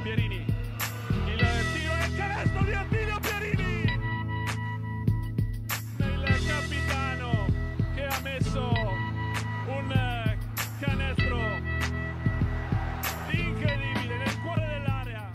Pierini, il tiro e il canestro di Attilio Pierini, il capitano che ha messo un canestro incredibile nel cuore dell'area.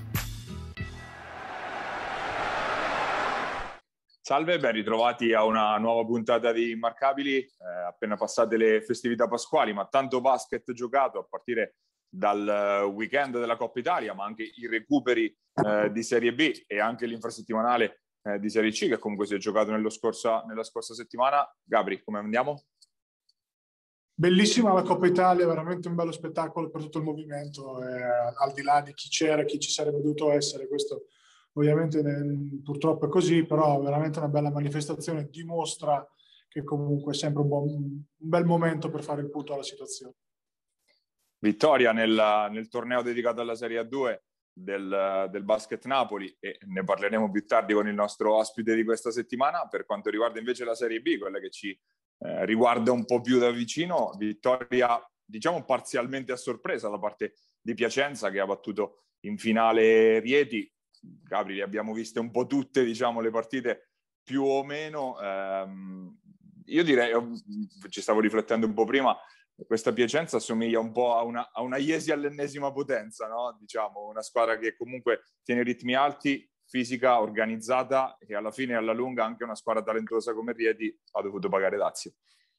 Salve, ben ritrovati a una nuova puntata di Immarcabili, appena passate le festività pasquali, ma tanto basket giocato a partire dal weekend della Coppa Italia, ma anche i recuperi di Serie B e anche l'infrasettimanale di Serie C che comunque si è giocato nella scorsa settimana. Gabri, come andiamo? Bellissima la Coppa Italia, veramente un bello spettacolo per tutto il movimento, al di là di chi c'era, chi ci sarebbe dovuto essere, questo ovviamente purtroppo è così, però veramente una bella manifestazione, dimostra che comunque è sempre un bel momento per fare il punto alla situazione. Vittoria nel torneo dedicato alla Serie A2 del Basket Napoli, e ne parleremo più tardi con il nostro ospite di questa settimana. Per quanto riguarda invece la Serie B, quella che ci riguarda un po' più da vicino, vittoria diciamo parzialmente a sorpresa da parte di Piacenza, che ha battuto in finale Rieti. Gabri, le abbiamo viste un po' tutte, diciamo, le partite più o meno. Io direi, ci stavo riflettendo un po' prima, questa Piacenza assomiglia un po' a una Iesi all'ennesima potenza, no? Diciamo, una squadra che comunque tiene ritmi alti, fisica, organizzata, e alla fine, alla lunga, anche una squadra talentuosa come Rieti ha dovuto pagare dazio.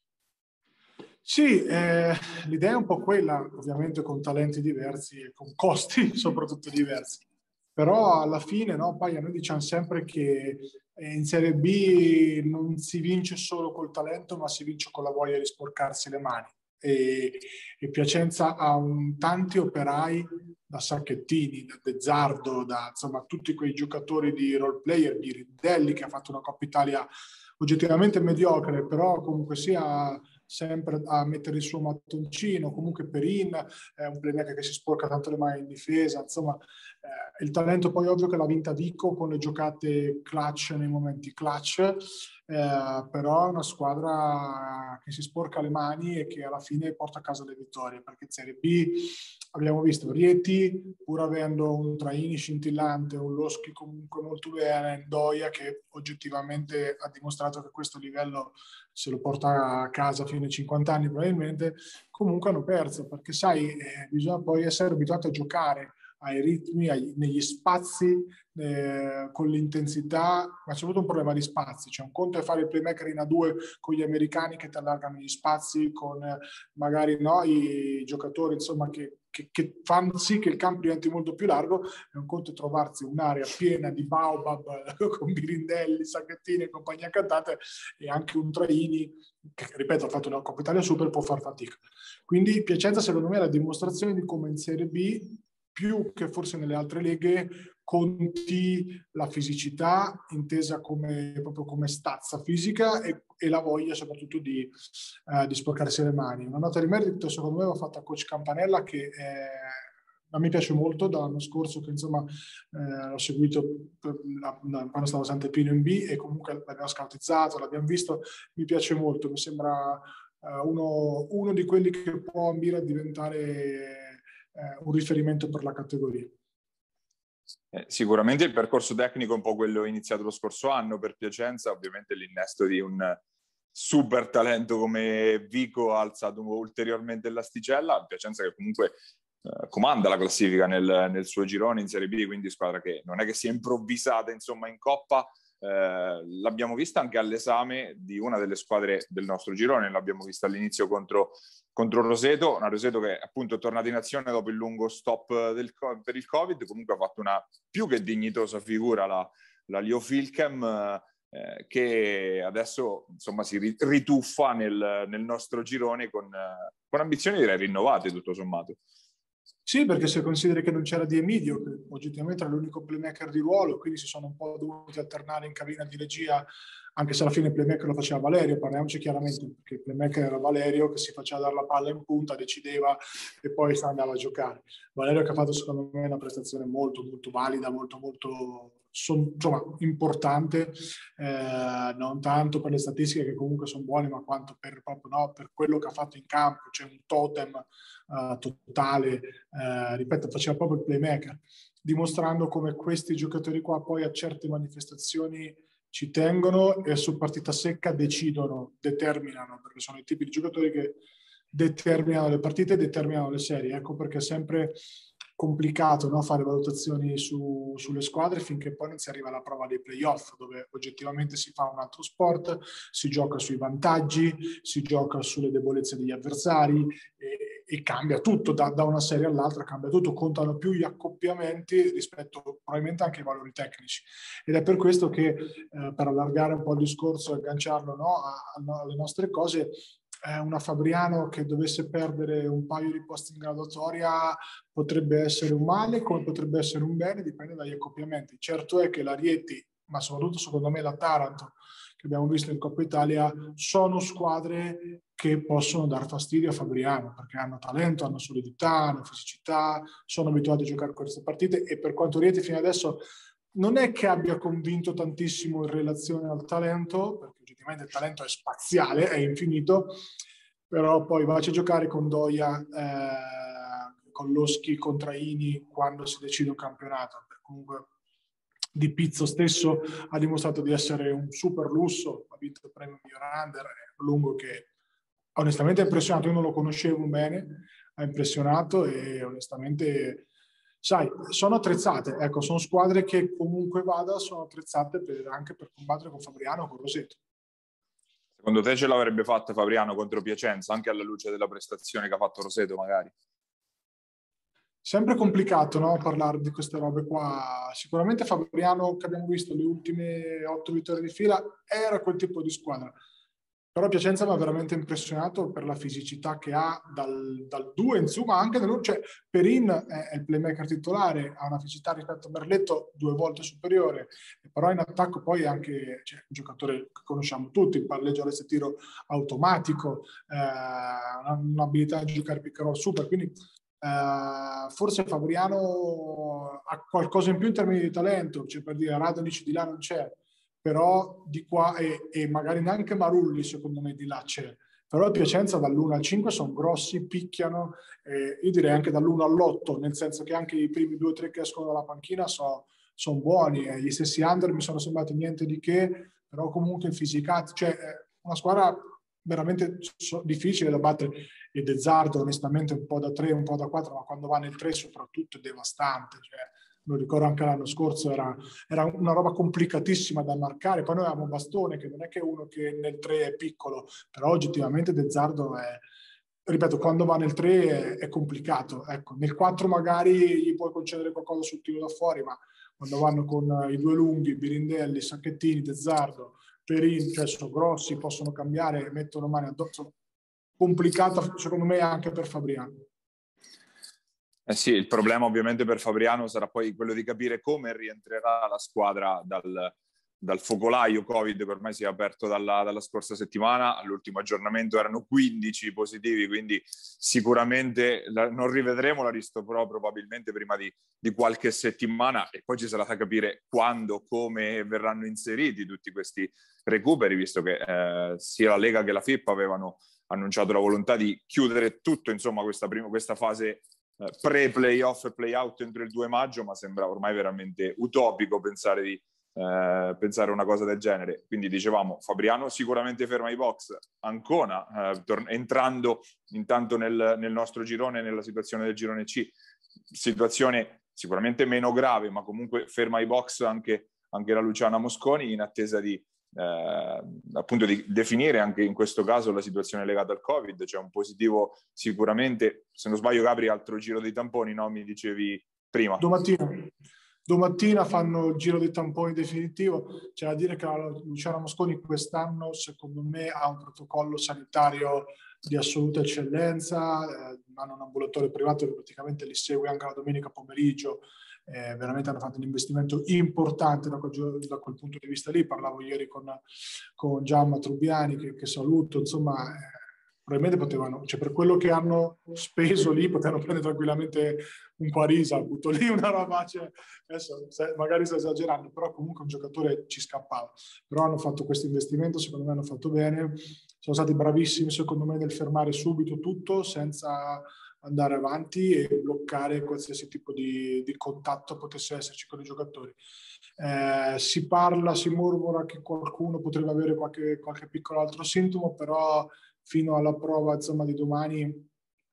Sì, l'idea è un po' quella, ovviamente con talenti diversi e con costi soprattutto diversi. Però alla fine, no, poi noi diciamo sempre che in Serie B non si vince solo col talento, ma si vince con la voglia di sporcarsi le mani. E Piacenza ha tanti operai, da Sacchettini, da De Zardo, da insomma tutti quei giocatori di role player, di Rindelli, che ha fatto una Coppa Italia oggettivamente mediocre, però comunque sia sempre a mettere il suo mattoncino. Comunque Perin è un playmaker che si sporca tanto le mani in difesa, insomma il talento poi ovvio che l'ha vinta Vico con le giocate clutch nei momenti clutch, però è una squadra che si sporca le mani e che alla fine porta a casa le vittorie, perché in Serie B abbiamo visto Rieti, pur avendo un Traini scintillante, un Loschi comunque molto bene, Ndoia che oggettivamente ha dimostrato che questo livello se lo porta a casa fino ai 50 anni probabilmente, comunque hanno perso, perché sai, bisogna poi essere abituati a giocare ai ritmi, negli spazi, con l'intensità, ma c'è avuto un problema di spazi. Cioè, un conto è fare il playmaker in A2 con gli americani che ti allargano gli spazi, con magari no, i giocatori insomma che fanno sì che il campo diventi molto più largo, e un conto è trovarsi un'area piena di baobab con Birindelli, Sacchettini e compagnia cantate, e anche un Traini che, ripeto, ha fatto una Coppa Italia Super, può far fatica. Quindi Piacenza secondo me è la dimostrazione di come in Serie B, più che forse nelle altre leghe, conti la fisicità intesa proprio come stazza fisica e la voglia soprattutto di sporcarsi le mani. Una nota di merito secondo me va fatta a coach Campanella, che a me piace molto dall'anno scorso, che insomma l'ho seguito quando stavo a Sant'Epino in B, e comunque l'abbiamo scoutizzato, l'abbiamo visto, mi piace molto, mi sembra uno di quelli che può ambire a diventare un riferimento per la categoria. Sicuramente il percorso tecnico è un po' quello iniziato lo scorso anno per Piacenza. Ovviamente l'innesto di un super talento come Vico ha alzato ulteriormente l'asticella. Piacenza che comunque comanda la classifica nel suo girone in Serie B, quindi squadra che non è che sia improvvisata insomma in Coppa. L'abbiamo vista anche all'esame di una delle squadre del nostro girone, l'abbiamo vista all'inizio contro Roseto, una Roseto che appunto è tornata in azione dopo il lungo stop per il Covid. Comunque ha fatto una più che dignitosa figura la Leo Filchem, che adesso insomma si rituffa nel nostro girone con ambizioni direi rinnovate tutto sommato. Sì, perché se consideri che non c'era Di Emidio, che oggettivamente era l'unico playmaker di ruolo, quindi si sono un po' dovuti alternare in cabina di regia anche se alla fine il playmaker lo faceva Valerio, parliamoci chiaramente, perché il playmaker era Valerio che si faceva dare la palla in punta, decideva e poi se andava a giocare. Valerio che ha fatto secondo me una prestazione molto molto valida, molto molto insomma, importante, non tanto per le statistiche che comunque sono buone, ma quanto per, proprio, no, per quello che ha fatto in campo, c'è un totem totale, ripeto, faceva proprio il playmaker, dimostrando come questi giocatori qua poi a certe manifestazioni ci tengono e su partita secca decidono, determinano, perché sono i tipi di giocatori che determinano le partite e determinano le serie. Ecco perché è sempre complicato, no, fare valutazioni sulle squadre finché poi non si arriva alla prova dei playoff, dove oggettivamente si fa un altro sport, si gioca sui vantaggi, si gioca sulle debolezze degli avversari e cambia tutto, da una serie all'altra cambia tutto, contano più gli accoppiamenti rispetto probabilmente anche ai valori tecnici. Ed è per questo che, per allargare un po' il discorso e agganciarlo, no, alle nostre cose, una Fabriano che dovesse perdere un paio di posti in graduatoria potrebbe essere un male come potrebbe essere un bene, dipende dagli accoppiamenti. Certo è che la Rieti, ma soprattutto secondo me la Taranto, che abbiamo visto in Coppa Italia, sono squadre che possono dar fastidio a Fabriano perché hanno talento, hanno solidità, hanno fisicità, sono abituati a giocare queste partite e per quanto Rieti fino adesso non è che abbia convinto tantissimo in relazione al talento, perché oggettivamente il talento è spaziale, è infinito, però poi vaci a giocare con Doia, con Loschi, con Traini quando si decide un campionato. Comunque Di Pizzo stesso ha dimostrato di essere un super lusso, ha vinto il premio miglior under, è un lungo che onestamente ha impressionato, io non lo conoscevo bene, ha impressionato e onestamente, sai, sono attrezzate, ecco, sono squadre che comunque vada, sono attrezzate anche per combattere con Fabriano o con Roseto. Secondo te ce l'avrebbe fatta Fabriano contro Piacenza, anche alla luce della prestazione che ha fatto Roseto magari? Sempre complicato, no, parlare di queste robe qua. Sicuramente Fabriano, che abbiamo visto le ultime 8 vittorie di fila, era quel tipo di squadra. Però Piacenza mi ha veramente impressionato per la fisicità che ha dal 2, insomma, anche cioè, Perin è il playmaker titolare, ha una fisicità rispetto a Berletto 2 volte superiore, però in attacco poi è anche un giocatore che conosciamo tutti, il palleggio al tiro automatico, un'abilità di giocare pick and roll super, quindi forse Fabriano ha qualcosa in più in termini di talento, cioè per dire Radonic di là non c'è, però di qua e magari neanche Marulli secondo me di là c'è, però il Piacenza dall'1 al 5 sono grossi, picchiano, io direi anche dall'1 all'8, nel senso che anche i primi 2 o 3 che escono dalla panchina sono buoni, gli stessi under mi sono sembrati niente di che, però comunque in fisicati, cioè una squadra veramente difficile da battere e De Zardo onestamente un po' da 3, un po' da 4, ma quando va nel 3 soprattutto è devastante, cioè, lo ricordo anche l'anno scorso, era una roba complicatissima da marcare, poi noi avevamo Bastone che non è che uno che nel 3 è piccolo, però oggettivamente De Zardo è, ripeto, quando va nel 3 è complicato, ecco, nel 4 magari gli puoi concedere qualcosa sul tiro da fuori, ma quando vanno con i 2 lunghi, Birindelli, Sacchettini, De Zardo, Perin, cioè sono grossi, possono cambiare, mettono mani addosso, complicata secondo me anche per Fabriano. Sì, il problema ovviamente per Fabriano sarà poi quello di capire come rientrerà la squadra dal focolaio Covid che ormai si è aperto dalla scorsa settimana. All'ultimo aggiornamento erano 15 positivi, quindi sicuramente non rivedremo l'Aristopro probabilmente prima di qualche settimana e poi ci sarà da capire quando, come verranno inseriti tutti questi recuperi, visto che sia la Lega che la FIP avevano annunciato la volontà di chiudere tutto, insomma, questa fase pre-playoff e play-out entro il 2 maggio, ma sembra ormai veramente utopico pensare una cosa del genere. Quindi dicevamo, Fabriano sicuramente ferma i box, Ancona entrando intanto nel nostro girone, nella situazione del girone C, situazione sicuramente meno grave, ma comunque ferma i box anche la Luciana Mosconi in attesa appunto di definire anche in questo caso la situazione legata al Covid. C'è un positivo sicuramente, se non sbaglio Gabri, altro giro dei tamponi, no? Mi dicevi prima. Domattina fanno il giro dei tamponi definitivo. C'è da dire che la Luciana Mosconi quest'anno secondo me ha un protocollo sanitario di assoluta eccellenza, hanno un ambulatorio privato che praticamente li segue anche la domenica pomeriggio, veramente hanno fatto un investimento importante da quel punto di vista lì. Parlavo ieri con Gianma Trubiani, che saluto, insomma, probabilmente potevano, cioè per quello che hanno speso lì, potevano prendere tranquillamente un Quarisa, butto lì una roba, cioè, adesso magari sto esagerando, però comunque un giocatore ci scappava. Però hanno fatto questo investimento, secondo me hanno fatto bene, sono stati bravissimi secondo me nel fermare subito tutto senza andare avanti e bloccare qualsiasi tipo di contatto potesse esserci con i giocatori. Si parla, si mormora che qualcuno potrebbe avere qualche piccolo altro sintomo, però fino alla prova, insomma, di domani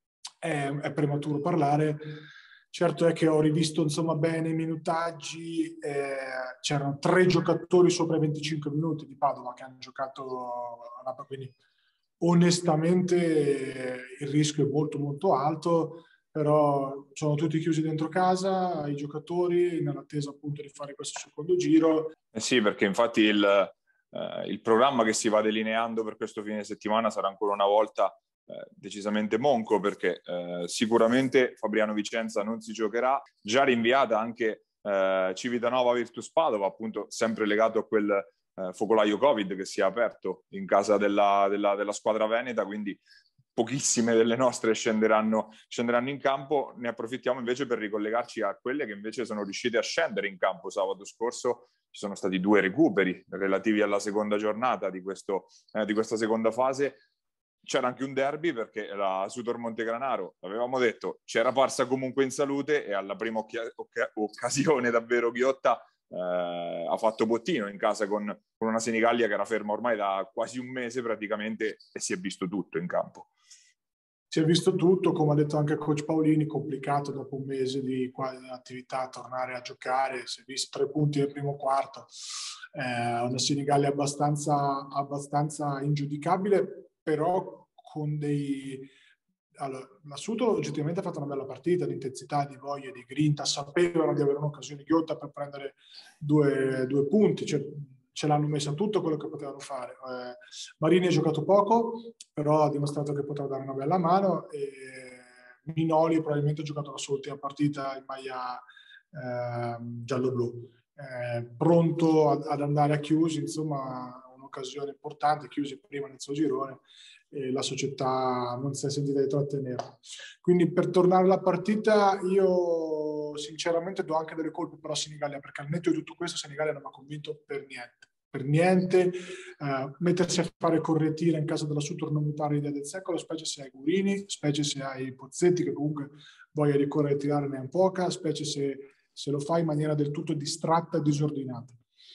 è prematuro parlare. Certo è che ho rivisto, insomma, bene i minutaggi, c'erano 3 giocatori sopra i 25 minuti di Padova che hanno giocato, quindi onestamente il rischio è molto molto alto, però sono tutti chiusi dentro casa, i giocatori, nell'attesa appunto di fare questo secondo giro. Sì, perché infatti il programma che si va delineando per questo fine settimana sarà ancora una volta decisamente monco, perché sicuramente Fabriano Vicenza non si giocherà, già rinviata anche Civitanova Virtus Padova, appunto sempre legato a quel focolaio Covid che si è aperto in casa della squadra veneta, quindi pochissime delle nostre scenderanno in campo. Ne approfittiamo invece per ricollegarci a quelle che invece sono riuscite a scendere in campo sabato scorso. Ci sono stati 2 recuperi relativi alla seconda giornata di questa seconda fase. C'era anche un derby perché la Sutor Montegranaro, avevamo detto, c'era parsa comunque in salute e alla prima occasione davvero ghiotta ha fatto bottino in casa con una Senigallia che era ferma ormai da quasi un mese praticamente, e si è visto tutto in campo. Si è visto tutto, come ha detto anche il coach Paolini, complicato dopo un mese di attività tornare a giocare. Si è visto 3 punti nel primo quarto, una Senigallia abbastanza ingiudicabile, però con dei... Allora, l'Assuto oggettivamente ha fatto una bella partita di intensità, di voglia, di grinta, sapevano di avere un'occasione ghiotta per prendere due punti, cioè, ce l'hanno messa tutto quello che potevano fare. Marini ha giocato poco, però ha dimostrato che poteva dare una bella mano, e Minoli probabilmente ha giocato la sua ultima partita in maglia giallo-blu, pronto ad andare a chiusi, insomma un'occasione importante, chiusi prima nel suo girone, e la società non si è sentita di trattenerlo. Quindi per tornare alla partita, io sinceramente do anche delle colpe però a Senigallia, perché al netto di tutto questo Senigallia non mi ha convinto per niente. Mettersi a fare corretire in casa della Sutor non mi pare l'idea del secolo, specie se hai Gurini, specie se hai Pozzetti che comunque voglia di correre e tirare ne ha poca, specie se lo fai in maniera del tutto distratta e disordinata.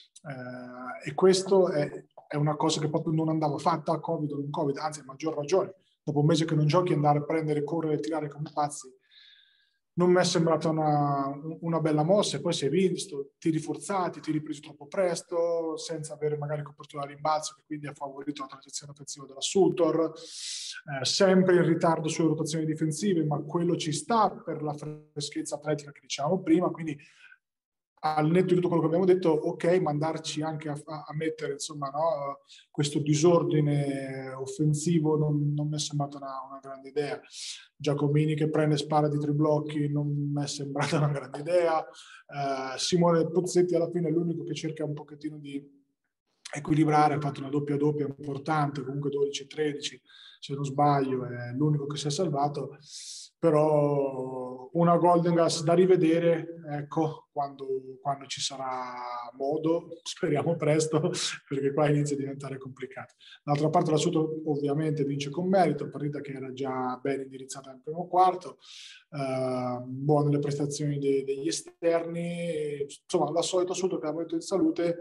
E questo è una cosa che proprio non andava fatta a Covid o non Covid, anzi a maggior ragione. Dopo un mese che non giochi, andare a prendere, correre e tirare come pazzi non mi è sembrata una bella mossa. E poi si è visto tiri forzati, tiri presi troppo presto, senza avere magari copertura a rimbalzo, che quindi ha favorito la transizione offensiva della Sutor, sempre in ritardo sulle rotazioni difensive, ma quello ci sta per la freschezza atletica che dicevamo prima, quindi al netto di tutto quello che abbiamo detto, ok, mandarci anche a mettere, insomma, no, questo disordine offensivo non mi è sembrata una grande idea. Giacomini che prende spara di 3 blocchi non mi è sembrata una grande idea. Simone Pozzetti alla fine è l'unico che cerca un pochettino di equilibrare, ha fatto una doppia importante, comunque 12-13 se non sbaglio, è l'unico che si è salvato. Però una Golden Gas da rivedere, ecco, quando ci sarà modo, speriamo presto, perché qua inizia a diventare complicato. D'altra parte la Suto ovviamente vince con merito, partita che era già ben indirizzata nel primo quarto, buone le prestazioni degli esterni, insomma la solita Suto che ha avuto in salute,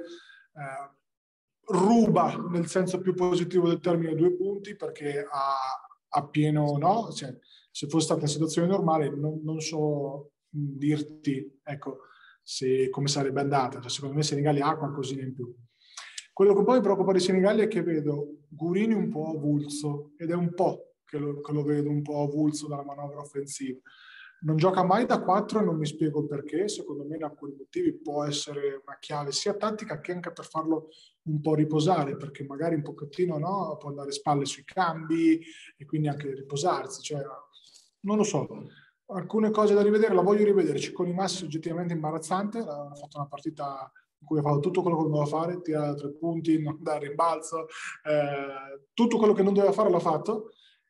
ruba nel senso più positivo del termine 2 punti, perché a pieno no, cioè, se fosse stata una situazione normale non so dirti, ecco, come sarebbe andata. Cioè, secondo me Senigallia ha qualcosina in più. Quello che poi mi preoccupa di Senigallia è che vedo Gurini un po' avulso, ed è un po' che lo vedo un po' avulso dalla manovra offensiva. Non gioca mai da 4 e non mi spiego il perché. Secondo me da alcuni motivi può essere una chiave sia tattica che anche per farlo un po' riposare, perché magari un pochettino no, può andare spalle sui cambi e quindi anche riposarsi, cioè non lo so. alcune cose da rivedere, la voglio rivederci. Con i Massi oggettivamente imbarazzante, ha fatto una partita in cui ha fatto tutto quello che doveva fare, tirare 3 punti, non dare rimbalzo, tutto quello che non doveva fare l'ha fatto,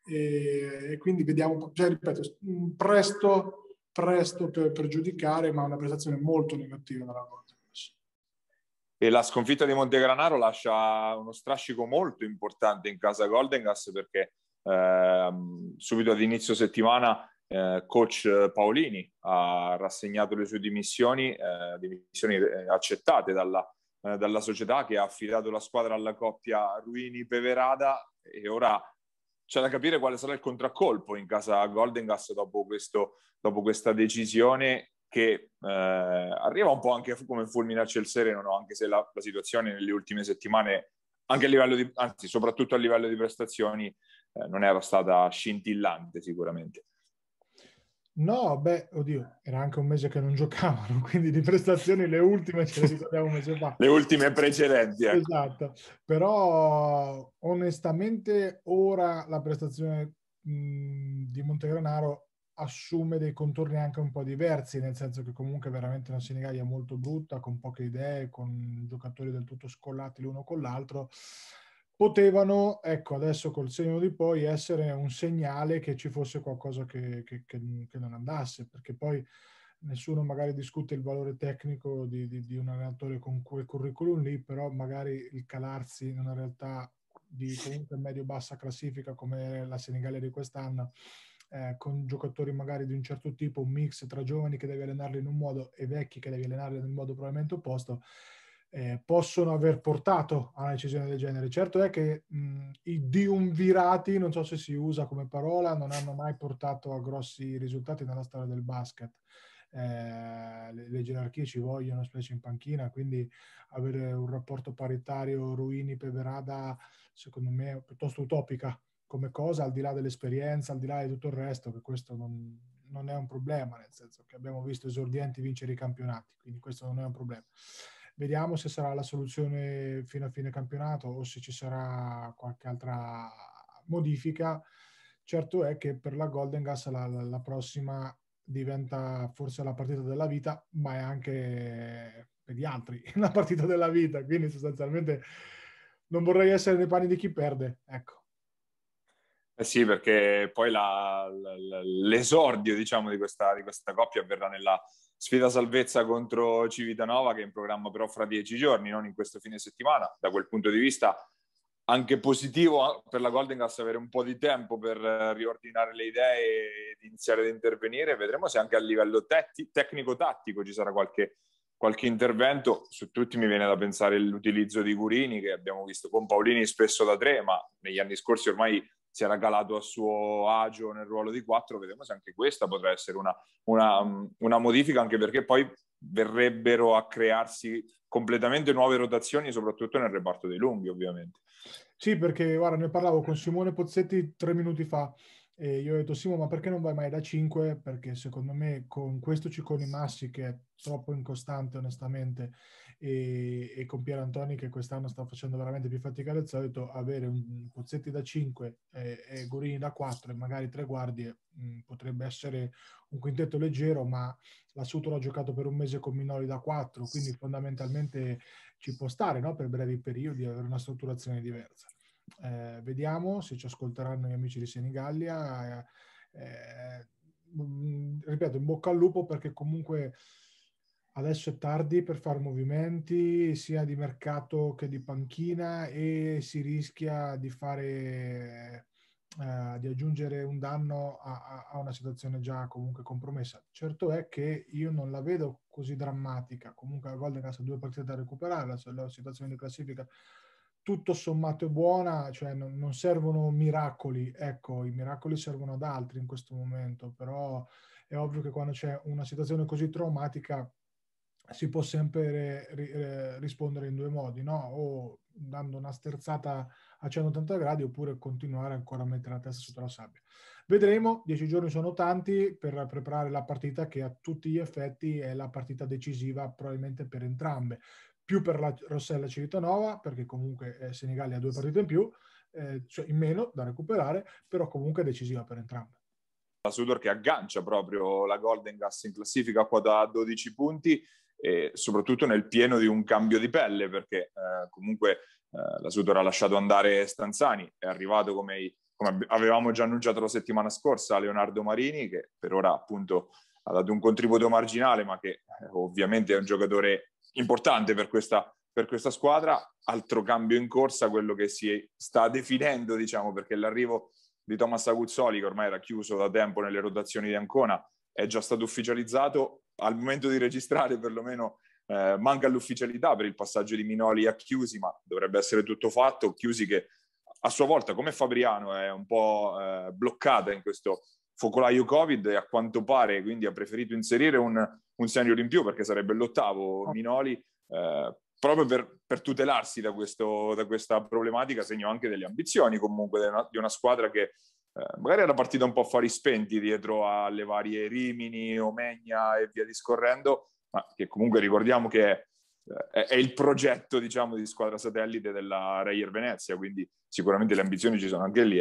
e quindi vediamo, cioè, ripeto, presto per giudicare, ma una prestazione molto negativa dalla Golden Gas. E la sconfitta di Montegranaro lascia uno strascico molto importante in casa Golden Gas, perché subito ad inizio settimana coach Paolini ha rassegnato le sue dimissioni accettate dalla società, che ha affidato la squadra alla coppia Ruini-Peverada, e ora c'è da capire quale sarà il contraccolpo in casa Golden Gas dopo questa decisione, che arriva un po' anche come fulmine a ciel sereno, no? Anche se la situazione nelle ultime settimane, anche a livello anzi soprattutto a livello di prestazioni, non era stata scintillante sicuramente. No, beh, oddio, era anche un mese che non giocavano, quindi di prestazioni le ultime ce le ricordiamo un mese fa. Le ultime precedenti. Ecco. Esatto, però onestamente ora la prestazione di Montegranaro assume dei contorni anche un po' diversi, nel senso che comunque è veramente una Senigallia molto brutta, con poche idee, con giocatori del tutto scollati l'uno con l'altro. Potevano, ecco, adesso col senno di poi, essere un segnale che ci fosse qualcosa che non andasse, perché poi nessuno magari discute il valore tecnico di un allenatore con quel curriculum lì, però magari il calarsi in una realtà di comunque medio-bassa classifica come la Senigallia di quest'anno, con giocatori magari di un certo tipo, un mix tra giovani che devi allenarli in un modo e vecchi che devi allenarli in un modo probabilmente opposto, possono aver portato a una decisione del genere. Certo è che i diumvirati, non so se si usa come parola, non hanno mai portato a grossi risultati nella storia del basket. Le gerarchie ci vogliono, specie in panchina, quindi avere un rapporto paritario Ruini-Peverada secondo me è piuttosto utopica come cosa, al di là dell'esperienza, al di là di tutto il resto, che questo non è un problema, nel senso che abbiamo visto esordienti vincere i campionati, quindi questo non è un problema. Vediamo se sarà la soluzione fino a fine campionato o se ci sarà qualche altra modifica. Certo è che per la Golden Gas la prossima diventa forse la partita della vita, ma è anche per gli altri la partita della vita, quindi sostanzialmente non vorrei essere nei panni di chi perde, ecco. Sì, perché poi l'esordio, diciamo, di questa coppia avverrà nella sfida salvezza contro Civitanova, che è in programma però fra 10 giorni, non in questo fine settimana. Da quel punto di vista anche positivo per la Golden Gas avere un po' di tempo per riordinare le idee ed iniziare ad intervenire. Vedremo se anche a livello tecnico-tattico ci sarà qualche intervento. Su tutti mi viene da pensare l'utilizzo di Gurini, che abbiamo visto con Paolini spesso da 3, ma negli anni scorsi ormai si era calato a suo agio nel ruolo di 4. Vedremo se anche questa potrà essere una modifica, anche perché poi verrebbero a crearsi completamente nuove rotazioni, soprattutto nel reparto dei lunghi, ovviamente. Sì, perché guarda, ne parlavo con Simone Pozzetti 3 minuti fa e io ho detto: Simo, ma perché non vai mai da 5? Perché secondo me con questo Ciccone Massi, che è troppo incostante onestamente, e con Pier Antoni, che quest'anno sta facendo veramente più fatica del solito, avere un Pozzetti da 5 e Gurini da 4 e magari 3 guardie potrebbe essere un quintetto leggero, ma la Sutor ha giocato per un mese con minori da 4, quindi fondamentalmente ci può stare, no? Per brevi periodi avere una strutturazione diversa. Vediamo se ci ascolteranno gli amici di Senigallia. Ripeto, in bocca al lupo, perché comunque adesso è tardi per fare movimenti sia di mercato che di panchina, e si rischia di fare di aggiungere un danno a una situazione già comunque compromessa. Certo è che io non la vedo così drammatica. Comunque la Golden Gas ha 2 partite da recuperare, la situazione di classifica tutto sommato è buona, cioè non servono miracoli, ecco, i miracoli servono ad altri in questo momento, però è ovvio che quando c'è una situazione così traumatica si può sempre rispondere in 2 modi, no? O dando una sterzata a 180 gradi, oppure continuare ancora a mettere la testa sotto la sabbia. Vedremo, 10 giorni sono tanti per preparare la partita che a tutti gli effetti è la partita decisiva probabilmente per entrambe, più per la Rossella Civitanova, perché comunque Senigallia ha 2 partite in più, cioè in meno da recuperare, però comunque è decisiva per entrambe. Sudor che aggancia proprio la Golden Gas in classifica a quota 12 punti, e soprattutto nel pieno di un cambio di pelle, perché comunque la Sudor ha lasciato andare Stanzani, è arrivato come avevamo già annunciato la settimana scorsa Leonardo Marini, che per ora appunto ha dato un contributo marginale, ma che ovviamente è un giocatore importante per questa squadra. Altro cambio in corsa, quello che si sta definendo, diciamo, perché l'arrivo di Thomas Aguzzoli, che ormai era chiuso da tempo nelle rotazioni di Ancona, è già stato ufficializzato. Al momento di registrare perlomeno manca l'ufficialità per il passaggio di Minoli a Chiusi, ma dovrebbe essere tutto fatto. Chiusi che a sua volta, come Fabriano, è un po' bloccata in questo focolaio Covid, e a quanto pare quindi ha preferito inserire un senior in più, perché sarebbe l'8º Minoli, proprio per tutelarsi da questa problematica, segno anche delle ambizioni comunque di una squadra che magari era partita un po' a fari spenti dietro alle varie Rimini, Omegna e via discorrendo, ma che comunque ricordiamo che è il progetto, diciamo, di squadra satellite della Reyer Venezia, quindi sicuramente le ambizioni ci sono anche lì.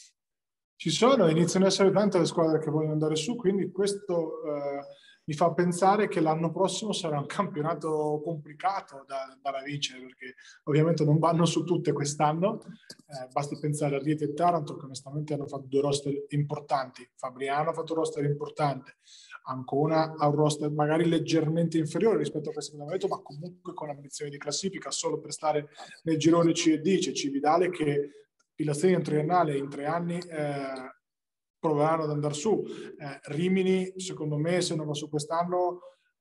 Ci sono, iniziano ad essere tante le squadre che vogliono andare su, quindi questo mi fa pensare che l'anno prossimo sarà un campionato complicato da vincere, perché ovviamente non vanno su tutte quest'anno. Basti pensare a Rieti e Taranto, che onestamente hanno fatto 2 roster importanti. Fabriano ha fatto un roster importante, Ancona ha un roster magari leggermente inferiore rispetto a questo che abbiamo detto, ma comunque con ambizioni di classifica solo per stare nel girone C e D. C'è Cividale che Pilastrino triennale in 3 anni proveranno ad andare su. Rimini, secondo me, se non va su quest'anno,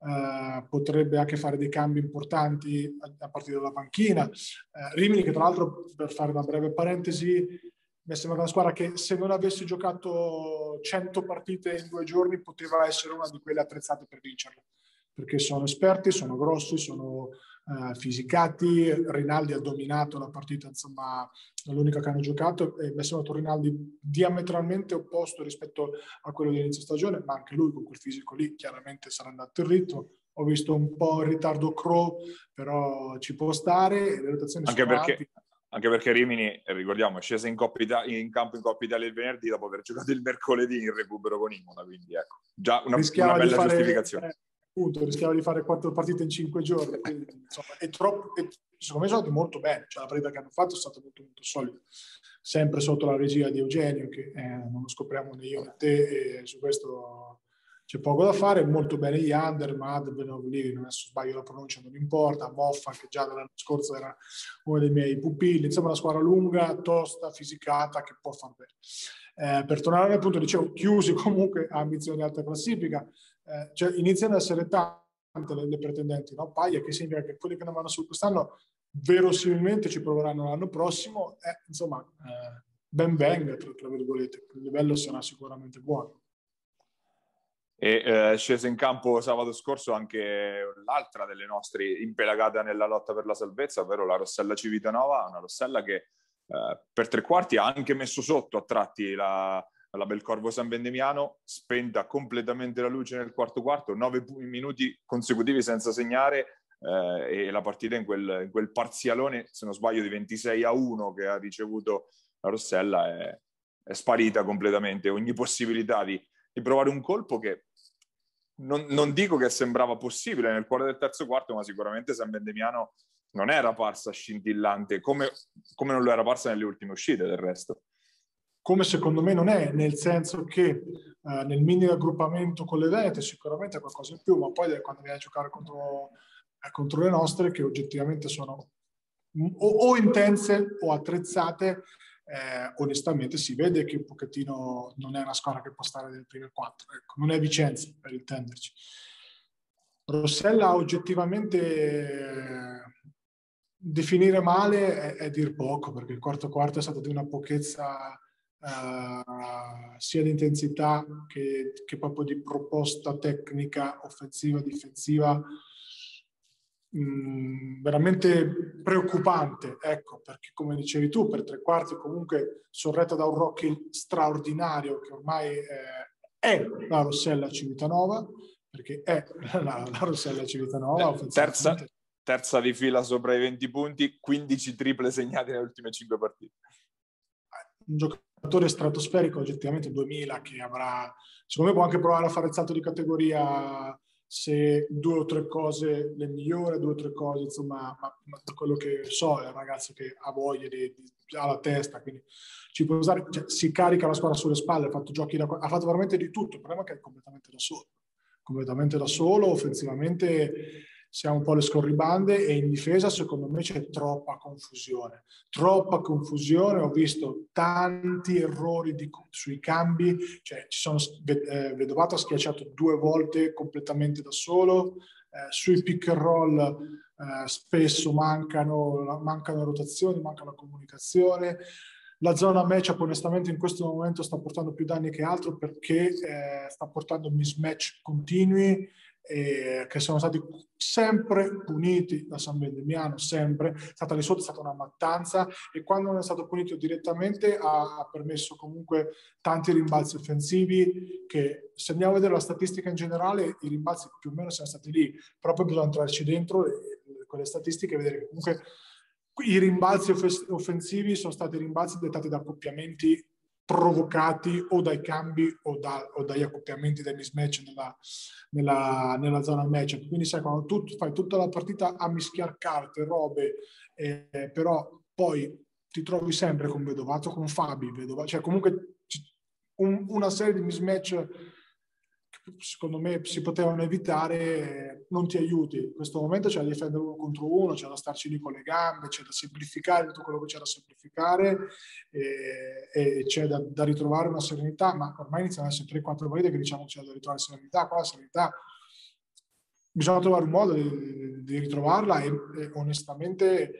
potrebbe anche fare dei cambi importanti a partire dalla panchina. Rimini, che tra l'altro, per fare una breve parentesi, mi sembra una squadra che se non avesse giocato 100 partite in 2 giorni poteva essere una di quelle attrezzate per vincerle, perché sono esperti, sono grossi, sono fisicati. Rinaldi ha dominato la partita, insomma, è l'unica che hanno giocato, e mi è sembrato Rinaldi diametralmente opposto rispetto a quello dell'inizio stagione, ma anche lui con quel fisico lì chiaramente sarà andato in ritmo. Ho visto un po' in ritardo Crow, però ci può stare, le rotazioni anche sono anche perché Rimini, ricordiamo, è scesa in campo in Coppa Italia il venerdì dopo aver giocato il mercoledì in recupero con Imola, quindi ecco, già una bella giustificazione. Rischiava di fare 4 partite in 5 giorni, quindi, insomma, è troppo, secondo me sono andati molto bene, cioè la partita che hanno fatto è stata molto molto solida, sempre sotto la regia di Eugenio, che non lo scopriamo né io né te, e su questo c'è poco da fare. Molto bene Yander, Mad, Benovli, adesso sbaglio la pronuncia, non importa, Moffa, che già dall'anno scorso era uno dei miei pupilli, insomma una squadra lunga, tosta, fisicata, che può far bene. Per tornare al punto, dicevo, Chiusi comunque ha ambizioni di alta classifica, cioè iniziano ad essere tante le pretendenti, no? Paia, che significa che quelli che non vanno su quest'anno verosimilmente ci proveranno l'anno prossimo, insomma, ben venga, tra virgolette, il livello sarà sicuramente buono. E scese in campo sabato scorso anche l'altra delle nostre impelagate nella lotta per la salvezza, ovvero la Rossella Civitanova, una Rossella che per 3/4 ha anche messo sotto a tratti la Belcorvo San Vendemiano, spenta completamente la luce nel quarto quarto, 9 minuti consecutivi senza segnare, e la partita in quel parzialone, se non sbaglio, di 26-1 che ha ricevuto la Rossella è sparita completamente. Ogni possibilità di provare un colpo che non dico che sembrava possibile nel cuore del terzo quarto, ma sicuramente San Vendemiano non era parsa scintillante come non lo era parsa nelle ultime uscite del resto. Come secondo me non è, nel senso che nel mini raggruppamento con le Venete sicuramente è qualcosa in più, ma poi quando viene a giocare contro le nostre, che oggettivamente sono o intense o attrezzate, onestamente si vede che un pochettino non è una squadra che può stare nelle prime 4, ecco, non è Vicenza per intenderci. Rossella oggettivamente definire male è dir poco, perché il quarto quarto è stato di una pochezza sia di intensità che proprio di proposta tecnica offensiva, difensiva, veramente preoccupante, ecco, perché come dicevi tu, per 3/4 comunque sorretta da un Rocchi straordinario, che ormai è la Rossella Civitanova, perché è la Rossella Civitanova terza di fila sopra i 20 punti, 15 triple segnate nelle ultime 5 partite. Un giocatore giocatore stratosferico, oggettivamente 2000, che avrà, secondo me può anche provare a fare il salto di categoria se 2 o 3 cose le migliore, 2 o 3 cose, insomma, ma da quello che so è un ragazzo che ha voglia ha la testa, quindi ci può usare, cioè, si carica la squadra sulle spalle, ha fatto giochi ha fatto veramente di tutto. Il problema è che è completamente da solo, offensivamente siamo un po' le scorribande, e in difesa secondo me c'è troppa confusione, ho visto tanti errori sui cambi, cioè Vedovato ha schiacciato 2 volte completamente da solo, sui pick and roll spesso mancano rotazioni, manca la comunicazione. La zona matchup onestamente in questo momento sta portando più danni che altro, perché sta portando mismatch continui che sono stati sempre puniti da San Vendemiano, sempre. Stata lì sotto, è stata una mattanza, e quando non è stato punito direttamente ha permesso comunque tanti rimbalzi offensivi, che se andiamo a vedere la statistica in generale i rimbalzi più o meno sono stati lì, però poi bisogna entrarci dentro quelle statistiche e vedere che comunque i rimbalzi offensivi sono stati rimbalzi dettati da accoppiamenti provocati o dai cambi o dagli accoppiamenti dei mismatch nella zona matchup. Quindi sai, quando tu fai tutta la partita a mischiare carte, robe, però poi ti trovi sempre con Vedovato, con Fabi, cioè comunque una serie di mismatch che secondo me si potevano evitare, non ti aiuti. In questo momento c'è da difendere 1 contro 1, c'è da starci lì con le gambe, c'è da semplificare tutto quello che c'è da semplificare, e c'è da ritrovare una serenità, ma ormai iniziano ad essere 3-4 partite che diciamo c'è da ritrovare serenità. Qua la serenità bisogna trovare un modo di ritrovarla, e onestamente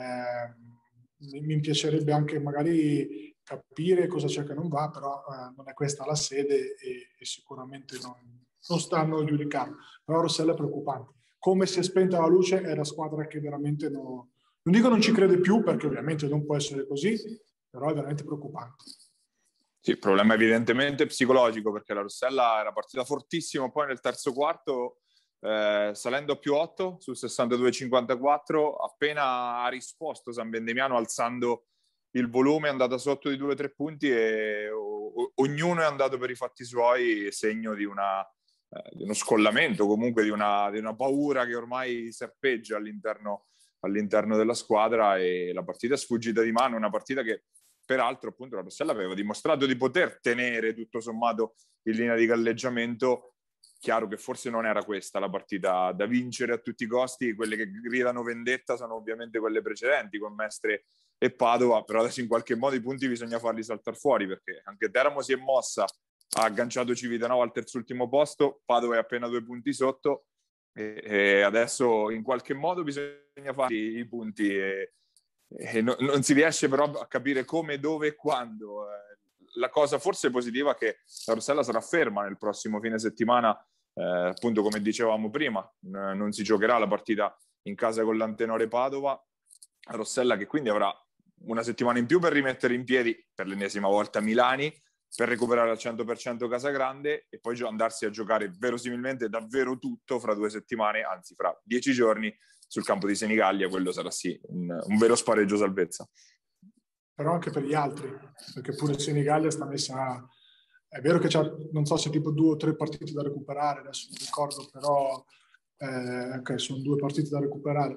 mi piacerebbe anche magari capire cosa c'è che non va, però non è questa la sede e sicuramente non stanno a giudicare. Però Rossella è preoccupante. Come si è spenta la luce, è la squadra che veramente non dico non ci crede più, perché ovviamente non può essere così, però è veramente preoccupante. Sì, il problema evidentemente psicologico, perché la Rossella era partita fortissimo poi nel terzo quarto, salendo a più 8 sul 62-54, appena ha risposto San Vendemiano alzando il volume, è andata sotto di 2-3 punti e ognuno è andato per i fatti suoi, segno di uno scollamento, comunque di una paura che ormai serpeggia all'interno della squadra, e la partita è sfuggita di mano. Una partita che peraltro appunto la Rossella aveva dimostrato di poter tenere tutto sommato in linea di galleggiamento. Chiaro che forse non era questa la partita da vincere a tutti i costi, quelle che gridano vendetta sono ovviamente quelle precedenti con Mestre e Padova, però adesso in qualche modo i punti bisogna farli saltare fuori, perché anche Teramo si è mossa, ha agganciato Civitanova al terzultimo posto, Padova è appena 2 punti sotto, e adesso in qualche modo bisogna fare i punti, e non si riesce però a capire come, dove e quando. La cosa forse positiva è che la Rossella sarà ferma nel prossimo fine settimana, appunto come dicevamo prima, non si giocherà la partita in casa con l'Antenore Padova. La Rossella che quindi avrà una settimana in più per rimettere in piedi per l'ennesima volta Milani, per recuperare al 100% Casagrande, e poi andarsi a giocare verosimilmente davvero tutto fra 2 settimane, anzi fra 10 giorni, sul campo di Senigallia. Quello sarà sì un vero spareggio salvezza. Però anche per gli altri, perché pure Senigallia sta messa, è vero che c'ha, non so se tipo 2 o 3 partite da recuperare, adesso non ricordo, però ok, sono 2 partite da recuperare,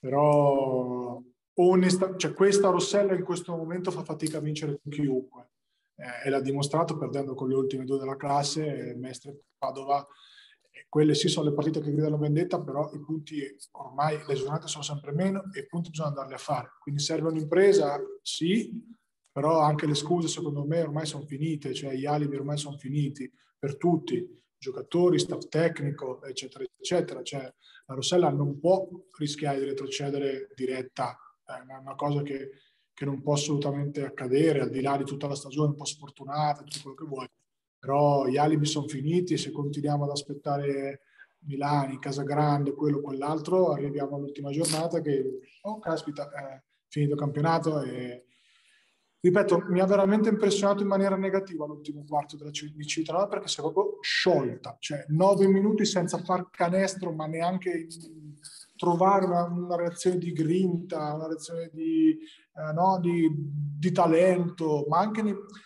però cioè questa Rossella in questo momento fa fatica a vincere con chiunque, e l'ha dimostrato perdendo con le ultime 2 della classe, Mestre e Padova. Quelle sì sono le partite che gridano vendetta, però i punti ormai, le giornate sono sempre meno e i punti bisogna andarli a fare. Quindi serve un'impresa, sì, però anche le scuse secondo me ormai sono finite, cioè gli alibi ormai sono finiti per tutti, giocatori, staff tecnico, eccetera, eccetera. Cioè la Rossella non può rischiare di retrocedere diretta, è una cosa che non può assolutamente accadere, al di là di tutta la stagione un po' sfortunata, tutto quello che vuoi. Però gli alibi sono finiti, e se continuiamo ad aspettare Milani, Casagrande, quello o quell'altro, arriviamo all'ultima giornata che, oh caspita, è finito il campionato. E ripeto, mi ha veramente impressionato in maniera negativa l'ultimo quarto di Civitanova, perché si è proprio sciolta, cioè 9 minuti senza far canestro, ma neanche trovare una reazione di grinta, una reazione di talento, ma anche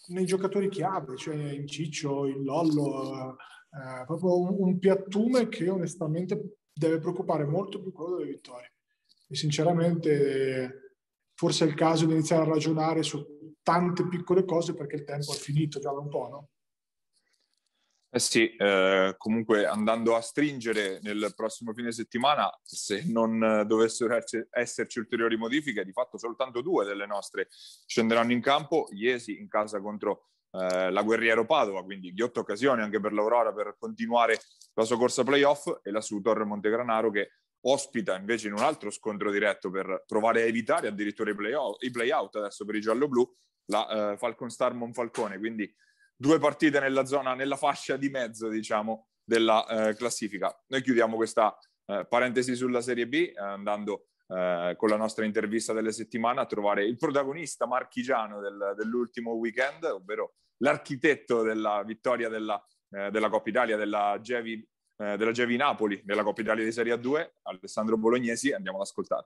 nei giocatori chiave, cioè in Ciccio, in Lollo, proprio un piattume che onestamente deve preoccupare molto più quello delle vittorie. E sinceramente forse è il caso di iniziare a ragionare su tante piccole cose, perché il tempo è finito già da un po', no? Sì, comunque andando a stringere nel prossimo fine settimana, se non dovessero esserci ulteriori modifiche, di fatto soltanto 2 delle nostre scenderanno in campo. Iesi in casa contro la Guerriero Padova, quindi ghiotta occasione anche per l'Aurora per continuare la sua corsa playoff, e la Sutor Montegranaro che ospita invece in un altro scontro diretto per provare a evitare addirittura i play-out adesso per i giallo-blu, la Falcon Star Monfalcone. Quindi 2 partite nella zona, nella fascia di mezzo, diciamo, della classifica. Noi chiudiamo questa parentesi sulla Serie B andando con la nostra intervista delle settimane a trovare il protagonista marchigiano dell'ultimo weekend, ovvero l'architetto della vittoria della Coppa Italia della Gevi Napoli, nella Coppa Italia di Serie A2, Alessandro Bolognesi. Andiamo ad ascoltare.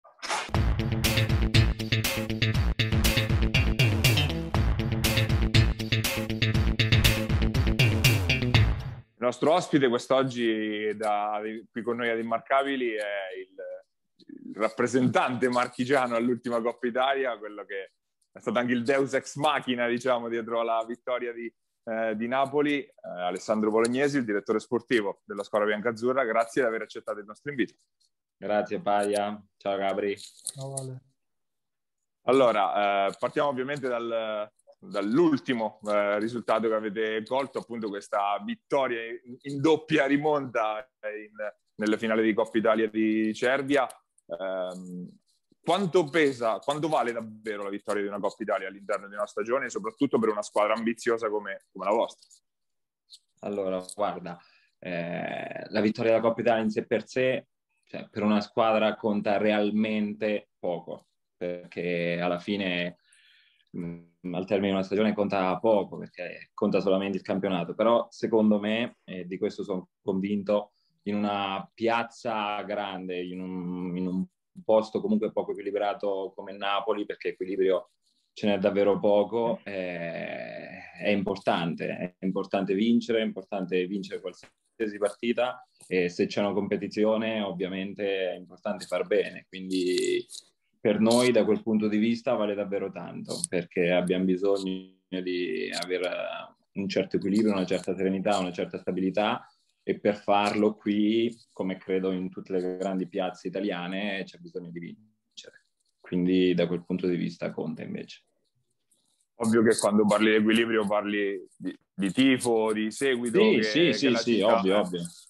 Il nostro ospite quest'oggi qui con noi ad Immarcabili è il rappresentante marchigiano all'ultima Coppa Italia, quello che è stato anche il deus ex machina, diciamo, dietro alla vittoria di Napoli, Alessandro Bolognesi, il direttore sportivo della squadra biancazzurra. Grazie di aver accettato il nostro invito. Grazie Paia, ciao Gabri. No, vale. Allora, partiamo ovviamente dall'ultimo risultato che avete colto, appunto questa vittoria in doppia rimonta nelle finali di Coppa Italia di Cervia. Quanto vale davvero la vittoria di una Coppa Italia all'interno di una stagione, soprattutto per una squadra ambiziosa come la vostra? Allora, guarda, la vittoria della Coppa Italia in sé per sé, cioè, per una squadra conta realmente poco, perché alla fine al termine di una stagione conta poco, perché conta solamente il campionato. Però secondo me, di questo sono convinto, in una piazza grande, in un posto comunque poco equilibrato come Napoli, perché equilibrio ce n'è davvero poco, è importante vincere, è importante vincere qualsiasi partita, e se c'è una competizione ovviamente è importante far bene, quindi per noi da quel punto di vista vale davvero tanto, perché abbiamo bisogno di avere un certo equilibrio, una certa serenità, una certa stabilità, e per farlo qui, come credo in tutte le grandi piazze italiane, c'è bisogno di vincere. Quindi da quel punto di vista conta invece. Ovvio che quando parli di equilibrio parli di tifo, di seguito. Sì, ovvio.